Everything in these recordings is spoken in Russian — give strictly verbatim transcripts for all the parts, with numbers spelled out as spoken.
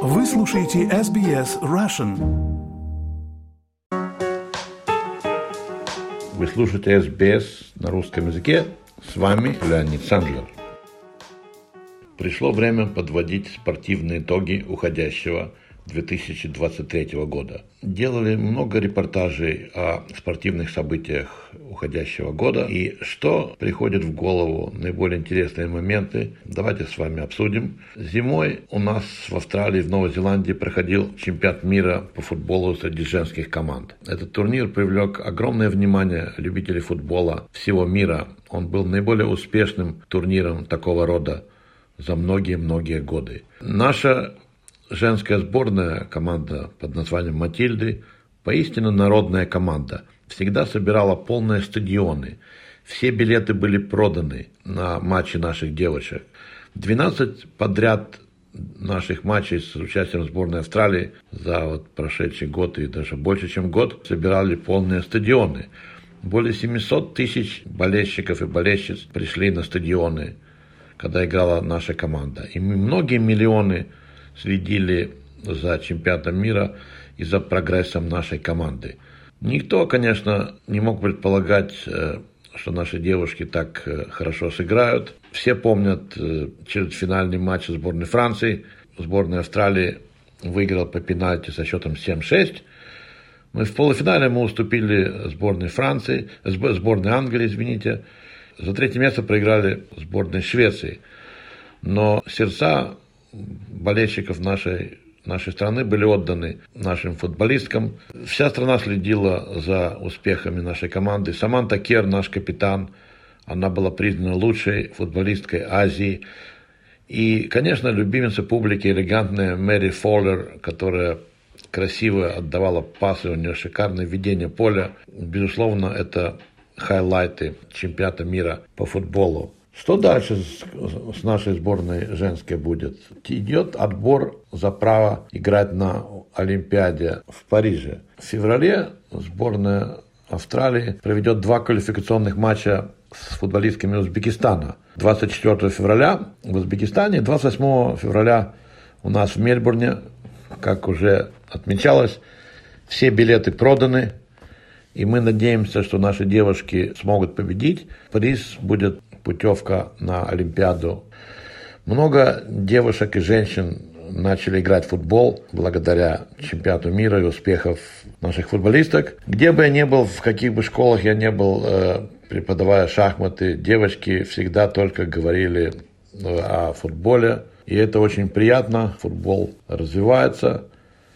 Вы слушаете эс би эс Russian. Вы слушаете эс би эс на русском языке. С вами Леонид Сандлер. Пришло время подводить спортивные итоги уходящего две тысячи двадцать третьего года. Делали много репортажей о спортивных событиях уходящего года. И что приходит в голову, наиболее интересные моменты, давайте с вами обсудим. Зимой у нас в Австралии, в Новой Зеландии проходил чемпионат мира по футболу среди женских команд. Этот турнир привлек огромное внимание любителей футбола всего мира. Он был наиболее успешным турниром такого рода за многие-многие годы. Наша женская сборная команда под названием «Матильды» поистине народная команда. Всегда собирала полные стадионы. Все билеты были проданы на матчи наших девочек. двенадцать подряд наших матчей с участием сборной Австралии за вот прошедший год и даже больше, чем год, собирали полные стадионы. Более семьсот тысяч болельщиков и болельщиц пришли на стадионы, когда играла наша команда. И многие миллионы следили за чемпионатом мира и за прогрессом нашей команды. Никто, конечно, не мог предполагать, что наши девушки так хорошо сыграют. Все помнят четвертьфинальный матч сборной Франции. Сборная Австралии выиграла по пенальти со счетом семь-шесть. Мы в полуфинале мы уступили сборной Франции, сборной Англии, извините. За третье место проиграли сборной Швеции. Но сердца болельщиков нашей, нашей страны были отданы нашим футболисткам. Вся страна следила за успехами нашей команды. Саманта Кер, наш капитан, она была признана лучшей футболисткой Азии. И, конечно, любимица публики, элегантная Мэри Фоллер, которая красиво отдавала пасы, у нее шикарное ведение поля. Безусловно, это хайлайты чемпионата мира по футболу. Что дальше с, с нашей сборной женской будет? Идет отбор за право играть на Олимпиаде в Париже. В феврале сборная Австралии проведет два квалификационных матча с футболистками Узбекистана. двадцать четвёртого февраля в Узбекистане, двадцать восьмого февраля у нас в Мельбурне. Как уже отмечалось, все билеты проданы. И мы надеемся, что наши девушки смогут победить. Приз будет путевка на Олимпиаду. Много девушек и женщин начали играть в футбол благодаря чемпионату мира и успехов наших футболисток. Где бы я ни был, в каких бы школах я не был, преподавая шахматы, девочки всегда только говорили о футболе. И это очень приятно. Футбол развивается.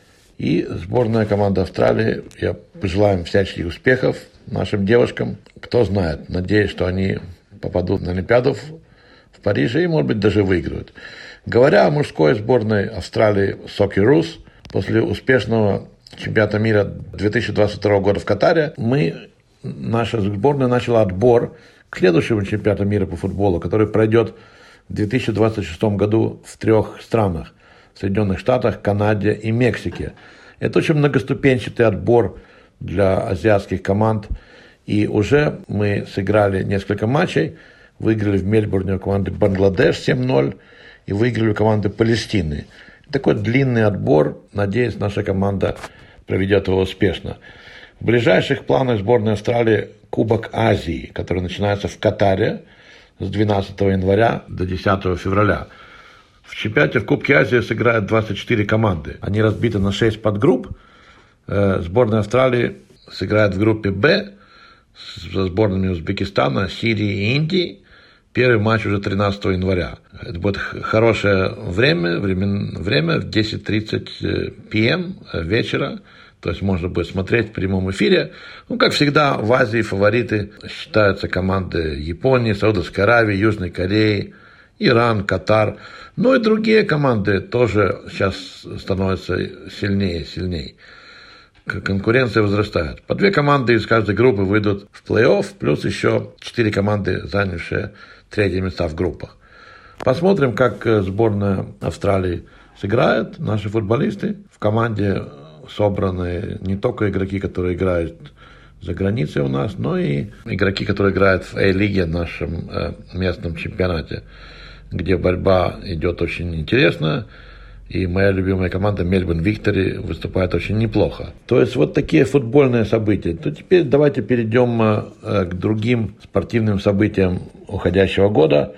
И сборная команда Австралии, я пожелаю им всяческих успехов нашим девушкам. Кто знает, надеюсь, что они попадут на Олимпиаду в Париже и, может быть, даже выиграют. Говоря о мужской сборной Австралии Socceroos, после успешного чемпионата мира две тысячи двадцать второго года в Катаре, мы, наша сборная начала отбор к следующему чемпионату мира по футболу, который пройдет в две тысячи двадцать шестом году в трех странах. В Соединенных Штатах, Канаде и Мексике. Это очень многоступенчатый отбор для азиатских команд. И уже мы сыграли несколько матчей. Выиграли в Мельбурне у команды Бангладеш семь ноль и выиграли у команды Палестины. Такой длинный отбор. Надеюсь, наша команда проведет его успешно. В ближайших планах сборной Австралии Кубок Азии, который начинается в Катаре с двенадцатого января до десятого февраля. В чемпионате в Кубке Азии сыграют двадцать четыре команды. Они разбиты на шесть подгрупп. Сборная Австралии сыграет в группе «Б» со сборными Узбекистана, Сирии и Индии. Первый матч уже тринадцатого января. Это будет хорошее время, время, время в десять тридцать пи эм вечера. То есть можно будет смотреть в прямом эфире. Ну, как всегда, в Азии фавориты считаются команды Японии, Саудовской Аравии, Южной Кореи, Иран, Катар. Ну и другие команды тоже сейчас становятся сильнее и сильнее. Конкуренция возрастает. По две команды из каждой группы выйдут в плей-офф, плюс еще четыре команды, занявшие третьи места в группах. Посмотрим, как сборная Австралии сыграет. Наши футболисты в команде собраны не только игроки, которые играют за границей у нас, но и игроки, которые играют в A-лиге, нашем местном чемпионате, где борьба идет очень интересная. И моя любимая команда Мельбурн Виктори выступает очень неплохо. То есть вот такие футбольные события. То теперь давайте перейдем э, к другим спортивным событиям уходящего года.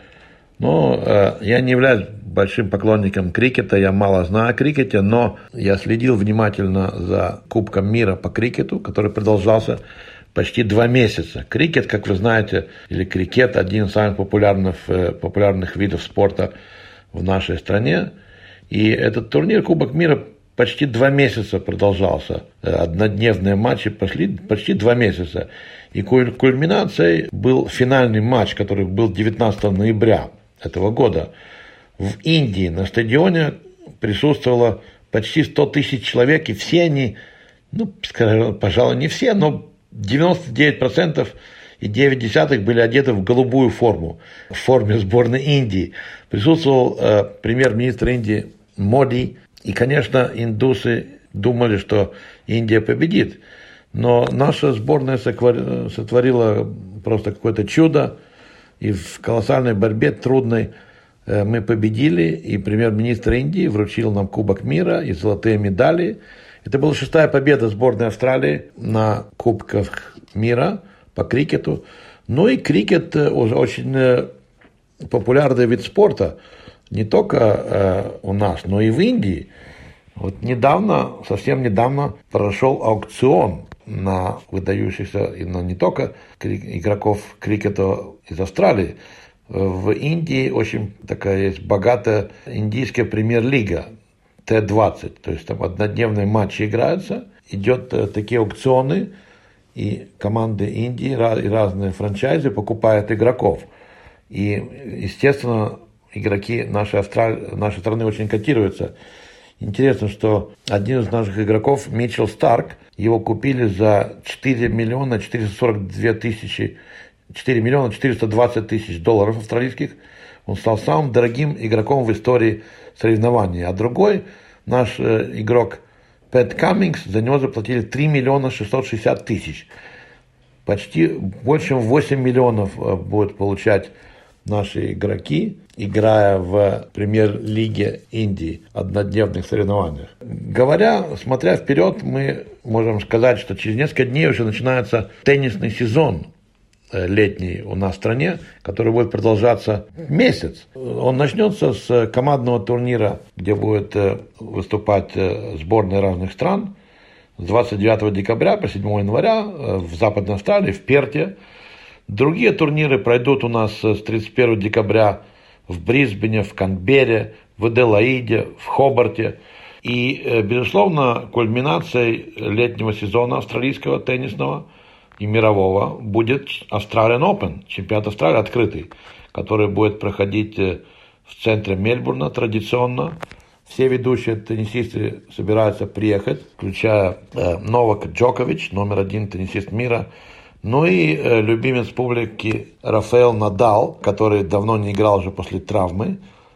Но э, я не являюсь большим поклонником крикета, я мало знаю о крикете, но я следил внимательно за Кубком мира по крикету, который продолжался почти два месяца. Крикет, как вы знаете, или крикет, один из самых популярных, э, популярных видов спорта в нашей стране. И этот турнир Кубок мира почти два месяца продолжался. Однодневные матчи пошли почти два месяца. И кульминацией был финальный матч, который был девятнадцатого ноября этого года. В Индии на стадионе присутствовало почти сто тысяч человек, и все они, ну, скажем, пожалуй, не все, но девяносто девять целых девять десятых процента были одеты в голубую форму, в форме сборной Индии. Присутствовал э, премьер-министр Индии Моди, и, конечно, индусы думали, что Индия победит. Но наша сборная сотворила просто какое-то чудо, и в колоссальной борьбе трудной мы победили, и премьер-министр Индии вручил нам Кубок мира и золотые медали. Это была шестая победа сборной Австралии на Кубках мира по крикету. Ну и крикет очень популярный вид спорта. Не только э, у нас, но и в Индии. Вот недавно, совсем недавно прошел аукцион на выдающихся, но не только игроков крикета из Австралии. В Индии очень такая есть богатая индийская премьер-лига Т двадцать. То есть там однодневные матчи играются, идет э, такие аукционы, и команды Индии и разные франчайзы покупают игроков. И, естественно, игроки нашей, Австралии, нашей страны очень котируются. Интересно, что один из наших игроков, Митчелл Старк, его купили за четыре миллиона четыреста сорок две тысячи, четыре миллиона четыреста двадцать тысяч долларов австралийских. Он стал самым дорогим игроком в истории соревнований. А другой, наш э, игрок Пэт Каммингс, за него заплатили три миллиона шестьсот шестьдесят тысяч. Почти больше чем восемь миллионов э, будут получать наши игроки, играя в премьер-лиге Индии, однодневных соревнованиях. Говоря, смотря вперед, мы можем сказать, что через несколько дней уже начинается теннисный сезон летний у нас в стране, который будет продолжаться месяц. Он начнется с командного турнира, где будет выступать сборные разных стран, с двадцать девятого декабря по седьмого января в Западной Австралии, в Перте. Другие турниры пройдут у нас с тридцать первого декабря в Брисбене, в Канберре, в Аделаиде, в Хобарте. И, безусловно, кульминацией летнего сезона австралийского теннисного и мирового будет Australian Open, чемпионат Австралии открытый, который будет проходить в центре Мельбурна традиционно. Все ведущие теннисисты собираются приехать, включая Новак Джокович, номер один теннисист мира. Ну и э, любимец публики Рафаэль Надал, который давно не играл уже после травмы.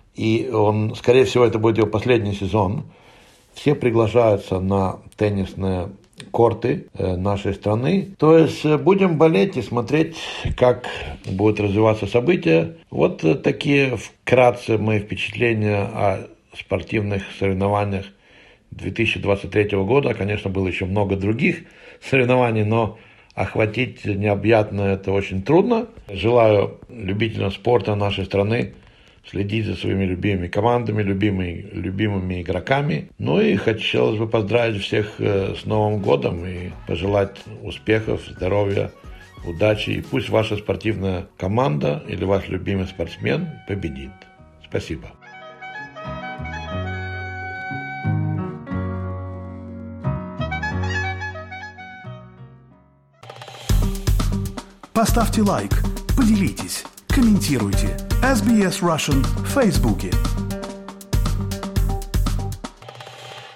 И он, скорее всего, это будет его последний сезон. Все приглашаются на теннисные корты э, нашей страны. То есть э, будем болеть и смотреть, как будут развиваться события. Вот э, такие вкратце мои впечатления о спортивных соревнованиях две тысячи двадцать третьего года. Конечно, было еще много других соревнований, но охватить необъятно это очень трудно. Желаю любителям спорта нашей страны следить за своими любимыми командами, любимыми, любимыми игроками. Ну и хотелось бы поздравить всех с Новым годом и пожелать успехов, здоровья, удачи. И пусть ваша спортивная команда или ваш любимый спортсмен победит. Спасибо. Поставьте лайк, поделитесь, комментируйте. эс би эс Russian в Фейсбуке.